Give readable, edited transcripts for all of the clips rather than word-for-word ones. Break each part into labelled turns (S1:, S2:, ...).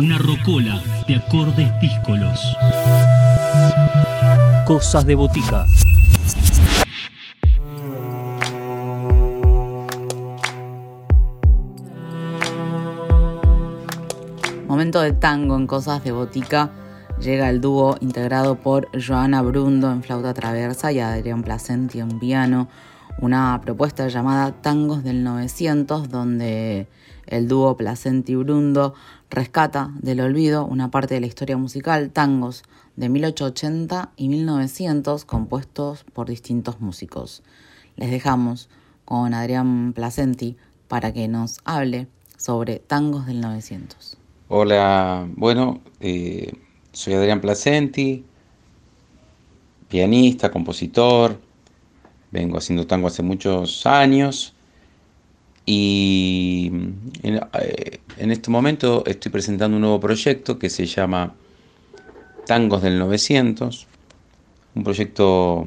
S1: Una rocola de acordes díscolos. Cosas de botica.
S2: Momento de tango en Cosas de Botica. Llega el dúo integrado por Joana Brundo en flauta traversa y Adrián Placenti en piano. Una propuesta llamada Tangos del 900, donde el dúo Placenti-Brundo rescata del olvido una parte de la historia musical, tangos de 1880 y 1900 compuestos por distintos músicos. Les dejamos con Adrián Placenti para que nos hable sobre Tangos del 900.
S3: Hola, bueno, soy Adrián Placenti, pianista, compositor, vengo haciendo tango hace muchos años y en este momento estoy presentando un nuevo proyecto que se llama Tangos del 900, un proyecto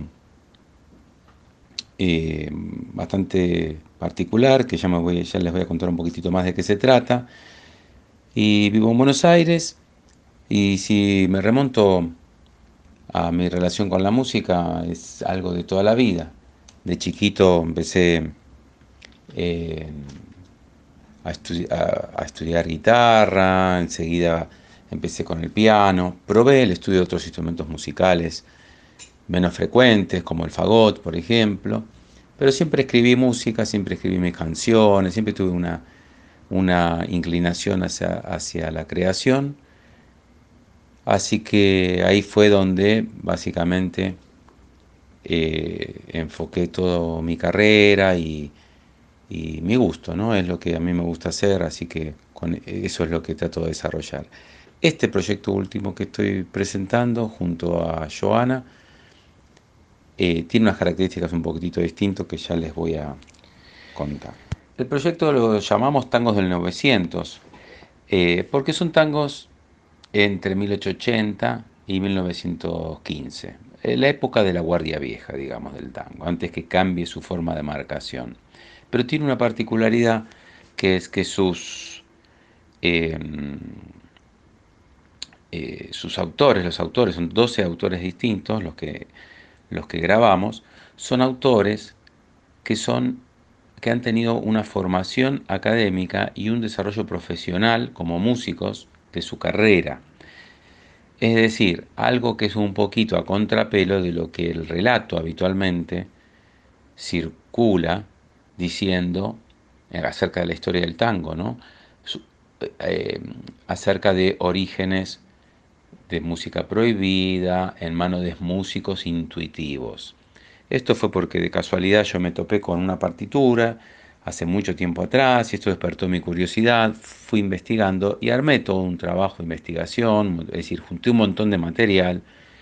S3: bastante particular que ya les voy a contar un poquitito más de qué se trata. Y vivo en Buenos Aires, y si me remonto a mi relación con la música, es algo de toda la vida. De chiquito empecé a estudiar guitarra, enseguida empecé con el piano, probé el estudio de otros instrumentos musicales menos frecuentes, como el fagot, por ejemplo, pero siempre escribí música, siempre escribí mis canciones, siempre tuve una inclinación hacia la creación. Así que ahí fue donde básicamente enfoqué toda mi carrera y mi gusto, ¿no? Es lo que a mí me gusta hacer, así que eso es lo que trato de desarrollar. Este proyecto último que estoy presentando junto a Joana tiene unas características un poquitito distintas que ya les voy a contar. El proyecto lo llamamos Tangos del 900, porque son tangos entre 1880 y 1915, la época de la Guardia Vieja, digamos, del tango, antes que cambie su forma de marcación. Pero tiene una particularidad, que es que sus autores, los autores, son 12 autores distintos los que grabamos, son autores que han tenido una formación académica y un desarrollo profesional como músicos de su carrera. Es decir, algo que es un poquito a contrapelo de lo que el relato habitualmente circula diciendo acerca de la historia del tango, ¿no? Acerca de orígenes de música prohibida en manos de músicos intuitivos. Esto fue porque de casualidad yo me topé con una partitura hace mucho tiempo atrás y esto despertó mi curiosidad, fui investigando y armé todo un trabajo de investigación, es decir, junté un montón de material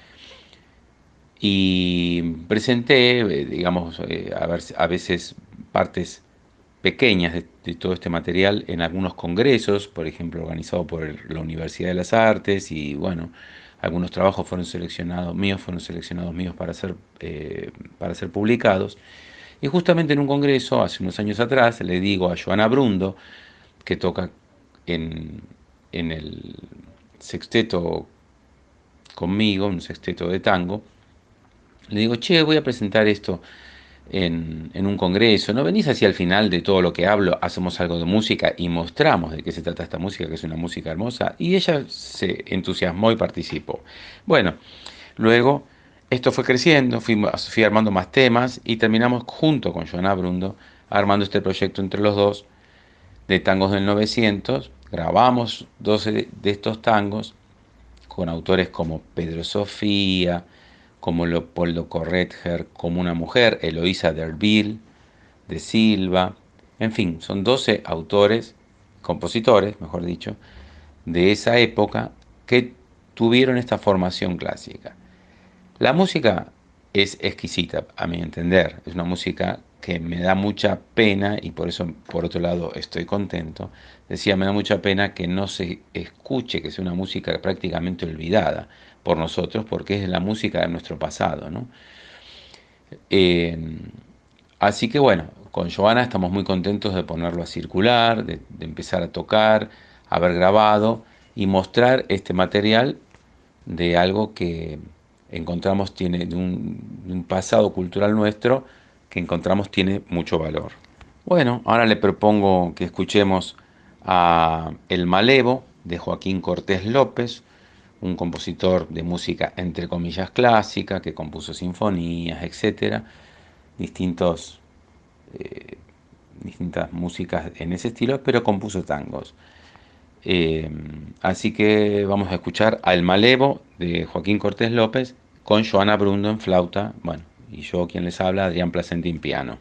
S3: y presenté, digamos, a veces partes pequeñas de todo este material en algunos congresos, por ejemplo, organizado por la Universidad de las Artes, y bueno, algunos trabajos fueron seleccionados míos para ser publicados. Y justamente en un congreso, hace unos años atrás, le digo a Joana Brundo, que toca en el sexteto conmigo, un sexteto de tango, le digo, che, voy a presentar esto en un congreso, ¿no venís así al final de todo lo que hablo, hacemos algo de música y mostramos de qué se trata esta música, que es una música hermosa? Y ella se entusiasmó y participó. Bueno, luego esto fue creciendo, fui armando más temas y terminamos junto con Joana Brundo armando este proyecto entre los dos de Tangos del 900. Grabamos 12 de estos tangos con autores como Pedro Sofía, como Leopoldo Corretger, como una mujer, Eloísa Derville, de Silva, en fin, son 12 autores, compositores, mejor dicho, de esa época que tuvieron esta formación clásica. La música es exquisita, a mi entender, es una música que me da mucha pena, y por eso, por otro lado, estoy contento. Decía, me da mucha pena que no se escuche, que sea una música prácticamente olvidada por nosotros, porque es la música de nuestro pasado, ¿no? Así que bueno, con Joana estamos muy contentos de ponerlo a circular, de empezar a tocar, haber grabado y mostrar este material de algo que encontramos tiene de un pasado cultural nuestro que encontramos tiene mucho valor. Bueno, ahora le propongo que escuchemos a El Malevo de Joaquín Cortés López, un compositor de música entre comillas clásica que compuso sinfonías, etcétera, distintos distintas músicas en ese estilo, pero compuso tangos. Así que vamos a escuchar a El Malevo de Joaquín Cortés López con Joana Brundo en flauta, bueno, y yo quien les habla, Adrián Placenti en piano.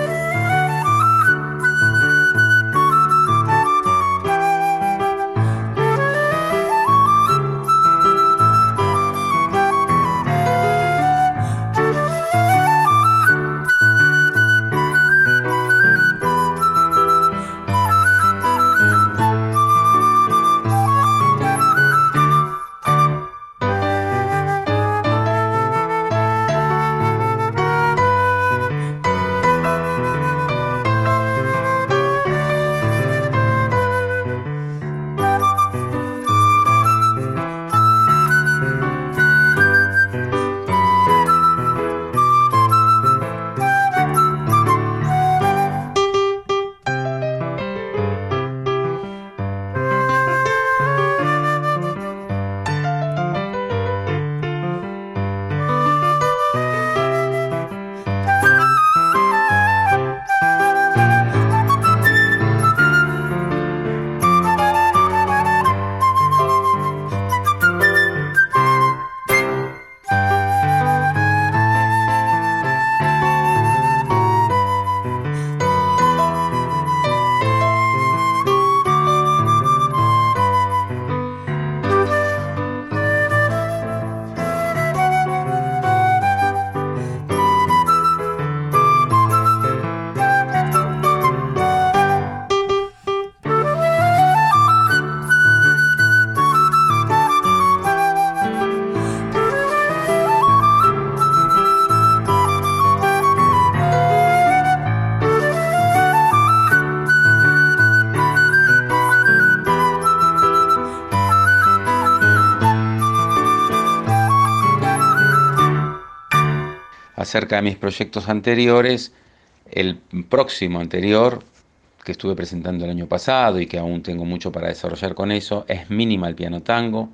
S3: Acerca de mis proyectos anteriores, el próximo anterior que estuve presentando el año pasado y que aún tengo mucho para desarrollar con eso es Minimal Piano Tango,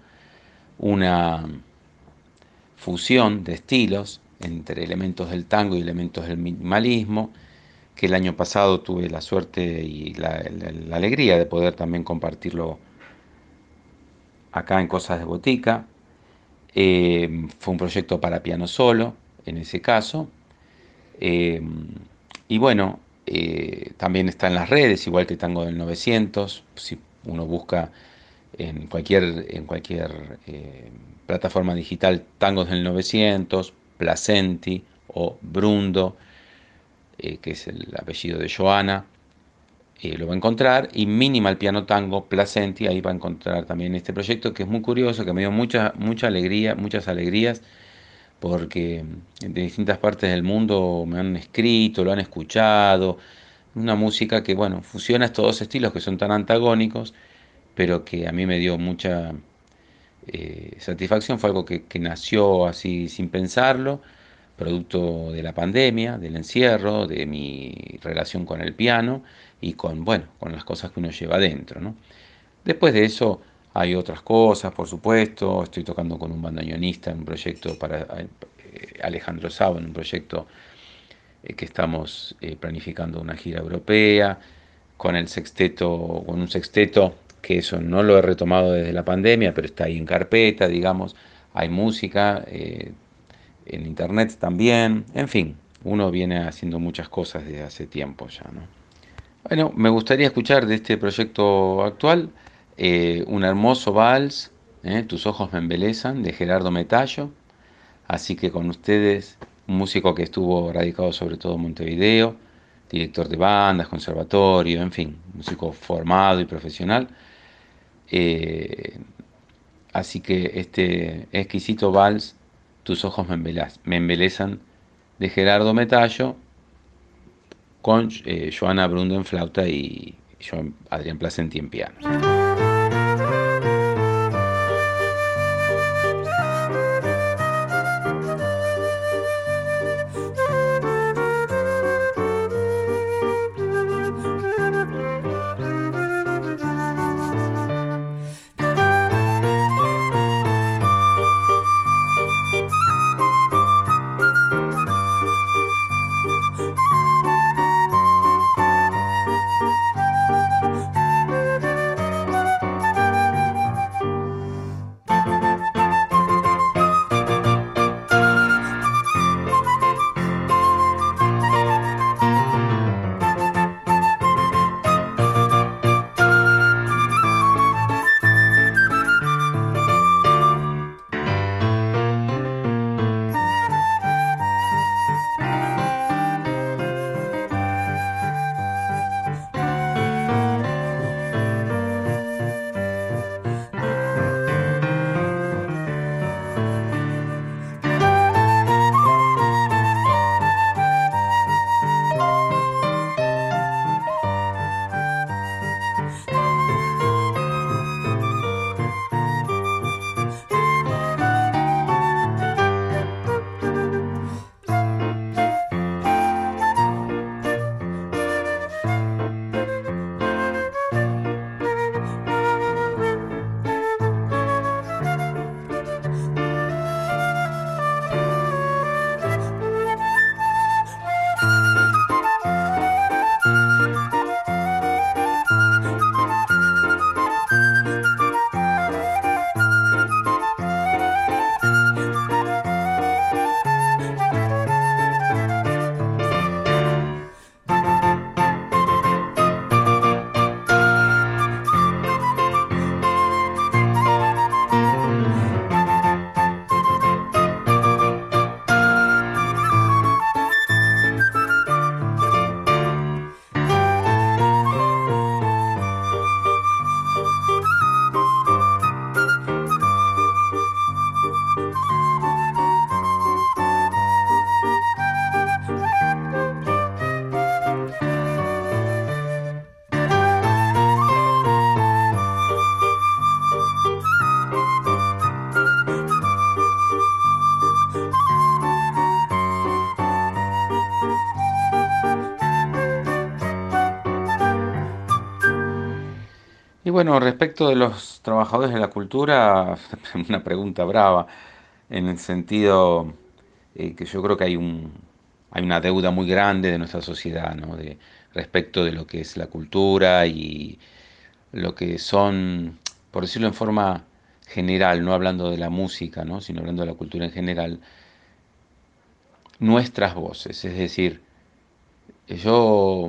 S3: una fusión de estilos entre elementos del tango y elementos del minimalismo, que el año pasado tuve la suerte y la alegría de poder también compartirlo acá en Cosas de Botica. Fue un proyecto para piano solo, en ese caso. Y bueno, también está en las redes, igual que Tango del 900. Si uno busca en cualquier plataforma digital Tangos del 900, Placenti o Brundo, que es el apellido de Joana, lo va a encontrar. Y Minimal Piano Tango Placenti, ahí va a encontrar también este proyecto que es muy curioso, que me dio mucha alegría, muchas alegrías, porque de distintas partes del mundo me han escrito, lo han escuchado. Una música que, bueno, fusiona estos dos estilos que son tan antagónicos, pero que a mí me dio mucha satisfacción. Fue algo que nació así sin pensarlo, producto de la pandemia, del encierro, de mi relación con el piano y con, bueno, con las cosas que uno lleva adentro, ¿no? Después de eso hay otras cosas, por supuesto. Estoy tocando con un bandoneonista en un proyecto para Alejandro Sabo, en un proyecto que estamos planificando una gira europea, con el sexteto, con un sexteto que eso no lo he retomado desde la pandemia, pero está ahí en carpeta, digamos. Hay música en internet también, en fin, uno viene haciendo muchas cosas desde hace tiempo ya, ¿no? Bueno, me gustaría escuchar de este proyecto actual un hermoso vals, Tus ojos me embelezan, de Gerardo Metallo. Así que con ustedes, un músico que estuvo radicado sobre todo en Montevideo, director de bandas, conservatorio, en fin, músico formado y profesional. Así que este exquisito vals, Tus ojos me embelezan, de Gerardo Metallo, con Joana Brundo en flauta y yo, Adrián Placenti en piano. Y bueno, respecto de los trabajadores de la cultura, una pregunta brava, en el sentido que yo creo que hay una deuda muy grande de nuestra sociedad, ¿no? Respecto de lo que es la cultura y lo que son, por decirlo en forma general, no hablando de la música, ¿no? Sino hablando de la cultura en general, nuestras voces. Es decir, yo,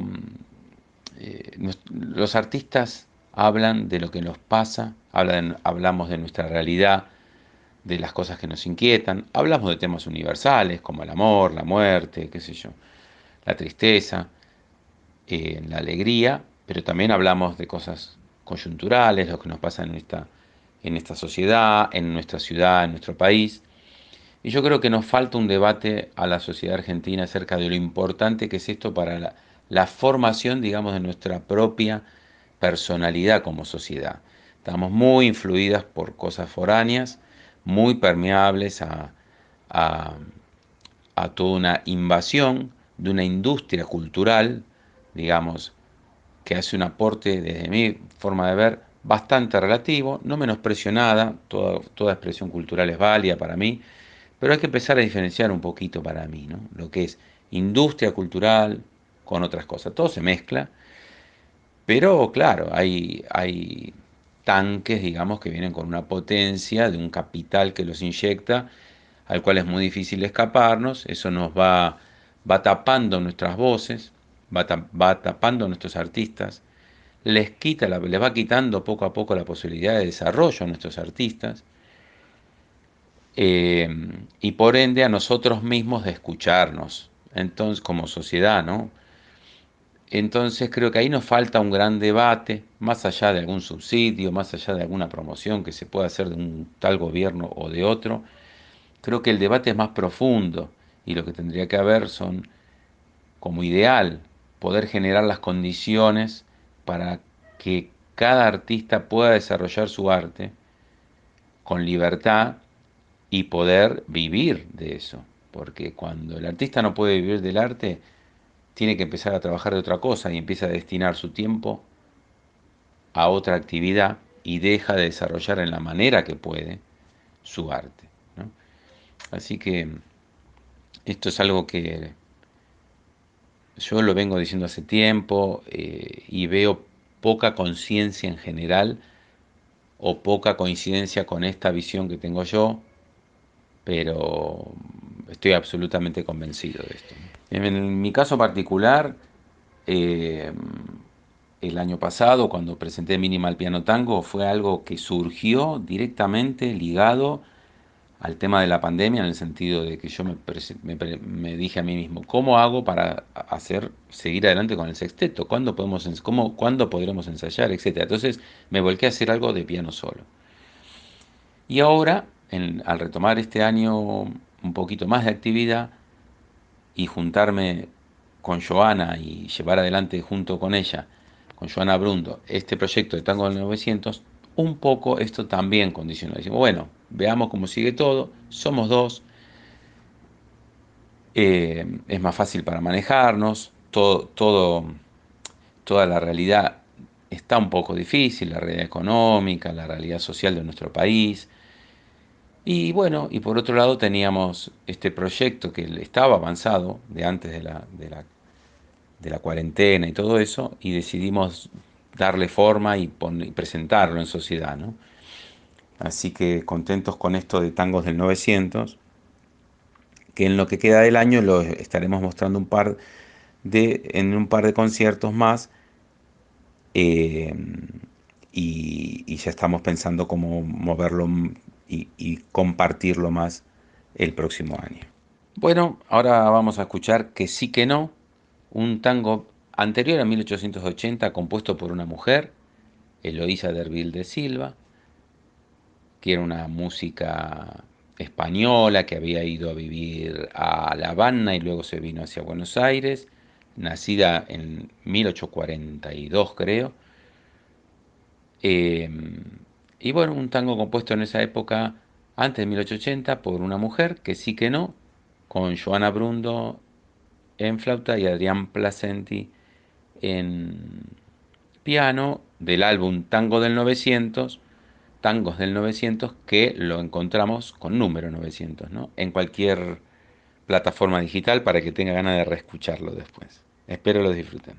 S3: los artistas hablan de lo que nos pasa, hablamos de nuestra realidad, de las cosas que nos inquietan, hablamos de temas universales como el amor, la muerte, qué sé yo, la tristeza, la alegría, pero también hablamos de cosas coyunturales, lo que nos pasa en esta sociedad, en nuestra ciudad, en nuestro país. Y yo creo que nos falta un debate a la sociedad argentina acerca de lo importante que es esto para la formación, digamos, de nuestra propia personalidad como sociedad. Estamos muy influidas por cosas foráneas, muy permeables a, a toda una invasión de una industria cultural, digamos, que hace un aporte, desde mi forma de ver, bastante relativo, no menosprecio nada, toda expresión cultural es válida para mí, pero hay que empezar a diferenciar un poquito para mí, ¿no? Lo que es industria cultural con otras cosas. Todo se mezcla, pero claro, hay tanques, digamos, que vienen con una potencia de un capital que los inyecta, al cual es muy difícil escaparnos. Eso va tapando nuestras voces, va tapando a nuestros artistas, les va quitando poco a poco la posibilidad de desarrollo a nuestros artistas eh, y por ende a nosotros mismos de escucharnos, entonces como sociedad, ¿no? Entonces creo que ahí nos falta un gran debate, más allá de algún subsidio, más allá de alguna promoción que se pueda hacer de un tal gobierno o de otro. Creo que el debate es más profundo y lo que tendría que haber son, como ideal, poder generar las condiciones para que cada artista pueda desarrollar su arte con libertad y poder vivir de eso. Porque cuando el artista no puede vivir del arte, tiene que empezar a trabajar de otra cosa y empieza a destinar su tiempo a otra actividad y deja de desarrollar en la manera que puede su arte, ¿no? Así que esto es algo que yo lo vengo diciendo hace tiempo y veo poca conciencia en general o poca coincidencia con esta visión que tengo yo, pero estoy absolutamente convencido de esto. En mi caso particular, eh, el año pasado, cuando presenté Minimal Piano Tango, fue algo que surgió directamente ligado al tema de la pandemia, en el sentido de que yo me dije a mí mismo, ¿cómo hago para seguir adelante con el sexteto? ¿Cuándo podremos ensayar? Etcétera. Entonces me volqué a hacer algo de piano solo. Y ahora, al retomar este año un poquito más de actividad y juntarme con Joana y llevar adelante junto con ella, con Joana Brundo, este proyecto de Tango del 900, un poco esto también condicionó. Decimos, bueno, veamos cómo sigue todo, somos dos, es más fácil para manejarnos, toda la realidad está un poco difícil, la realidad económica, la realidad social de nuestro país. Y bueno, y por otro lado teníamos este proyecto que estaba avanzado de antes de la cuarentena y todo eso, y decidimos darle forma y presentarlo en sociedad, ¿no? Así que contentos con esto de Tangos del 900, que en lo que queda del año lo estaremos mostrando en un par de conciertos más, eh, y ya estamos pensando cómo moverlo y compartirlo más el próximo año. Bueno, ahora vamos a escuchar Que sí que no, un tango anterior a 1880 compuesto por una mujer, Eloísa Derville de Silva, que era una música española que había ido a vivir a La Habana y luego se vino hacia Buenos Aires, nacida en 1842 creo. Eh, y bueno, un tango compuesto en esa época, antes de 1880, por una mujer, Que sí que no, con Joana Brundo en flauta y Adrián Placenti en piano, del álbum Tango del 900, Tangos del 900, que lo encontramos con número 900, ¿no? En cualquier plataforma digital para que tenga ganas de reescucharlo después. Espero lo disfruten.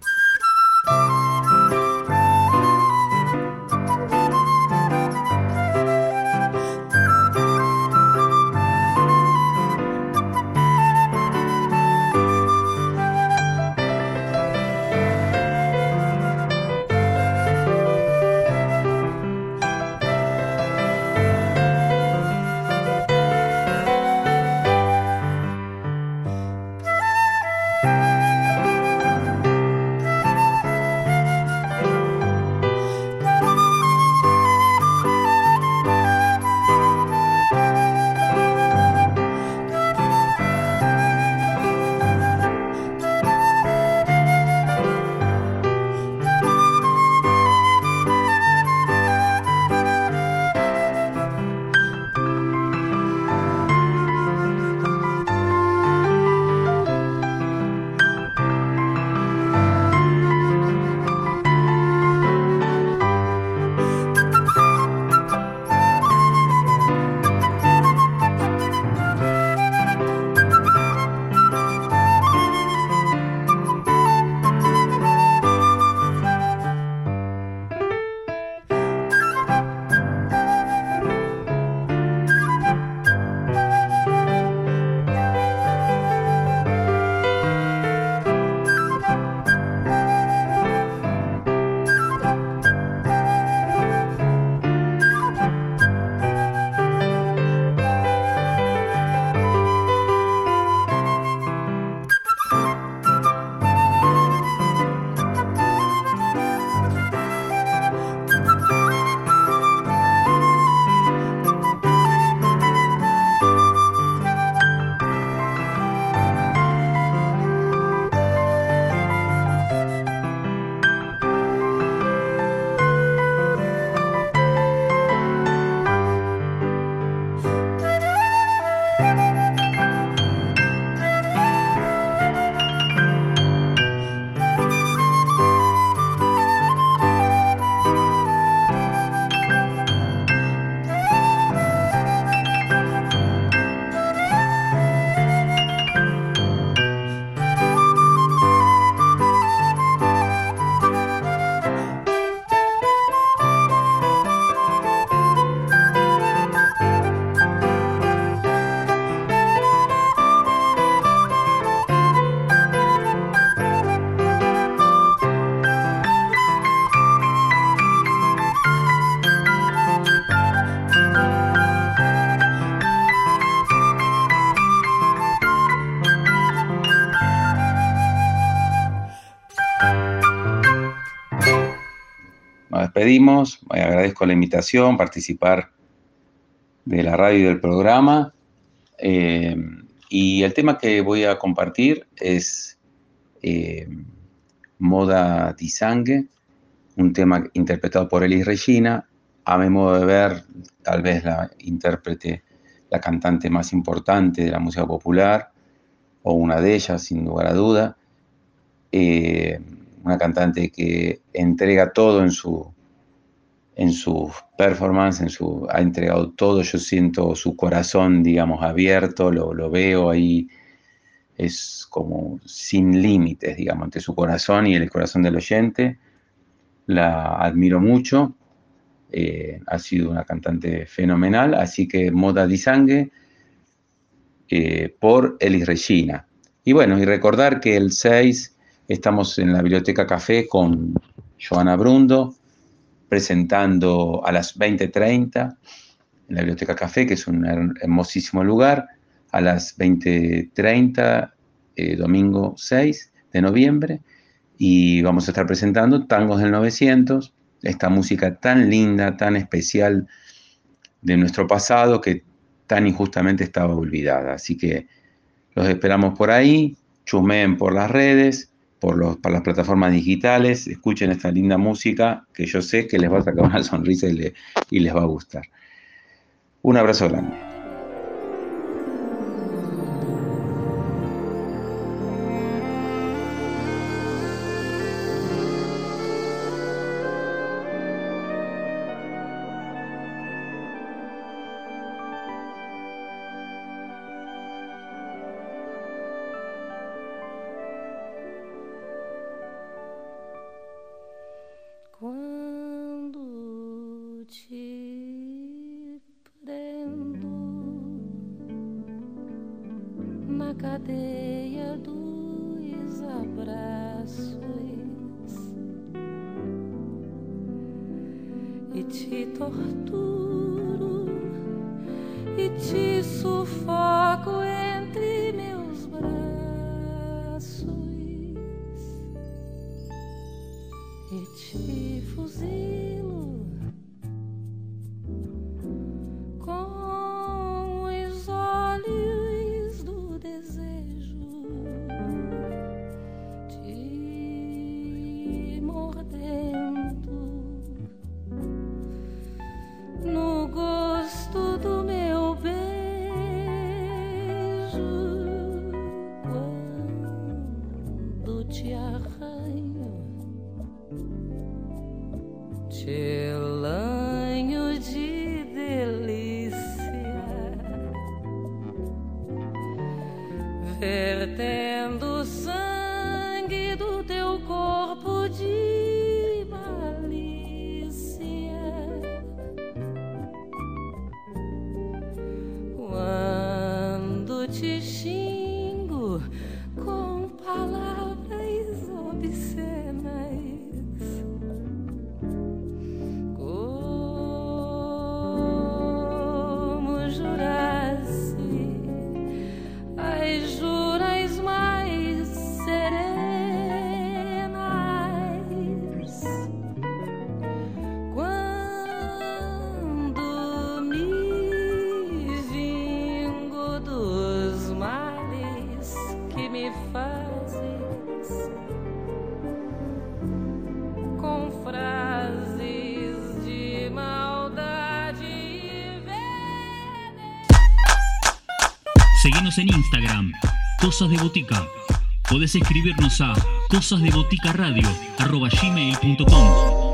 S3: Nos despedimos, agradezco la invitación, participar de la radio y del programa. Y el tema que voy a compartir es Moda di Sangue, un tema interpretado por Elis Regina. A mi modo de ver, tal vez la intérprete, la cantante más importante de la música popular, o una de ellas, sin lugar a duda. Una cantante que entrega todo en su performance, ha entregado todo. Yo siento su corazón, digamos, abierto, lo veo ahí, es como sin límites, digamos, entre su corazón y el corazón del oyente. La admiro mucho, ha sido una cantante fenomenal, así que Moda di Sangue por Elis Regina. Y bueno, y recordar que el 6 estamos en la Biblioteca Café con Joana Brundo, presentando a las 20:30 en la Biblioteca Café, que es un hermosísimo lugar, a las 20:30, domingo 6 de noviembre, y vamos a estar presentando Tangos del 900, esta música tan linda, tan especial de nuestro pasado, que tan injustamente estaba olvidada. Así que los esperamos por ahí, chusmeen por las redes, por las plataformas digitales, escuchen esta linda música que yo sé que les va a sacar una sonrisa y les va a gustar. Un abrazo grande.
S4: te prendo na cadeia dos abraços e te torturo e te sufoco entre meus braços e te fuzilo com os olhos do desejo, te mordendo no gosto do meu beijo, quando te arranho, te lanho de delícia, vertendo sangue do teu corpo de malícia, quando te xingo com palavras obscenas, como jurasse as juras mais serenas, quando me vingo dos males que me fazes com frases de maldade e veneno.
S1: Seguinos en Instagram, Cosas de Botica. Podés escribirnos a cosasdeboticaradio@gmail.com.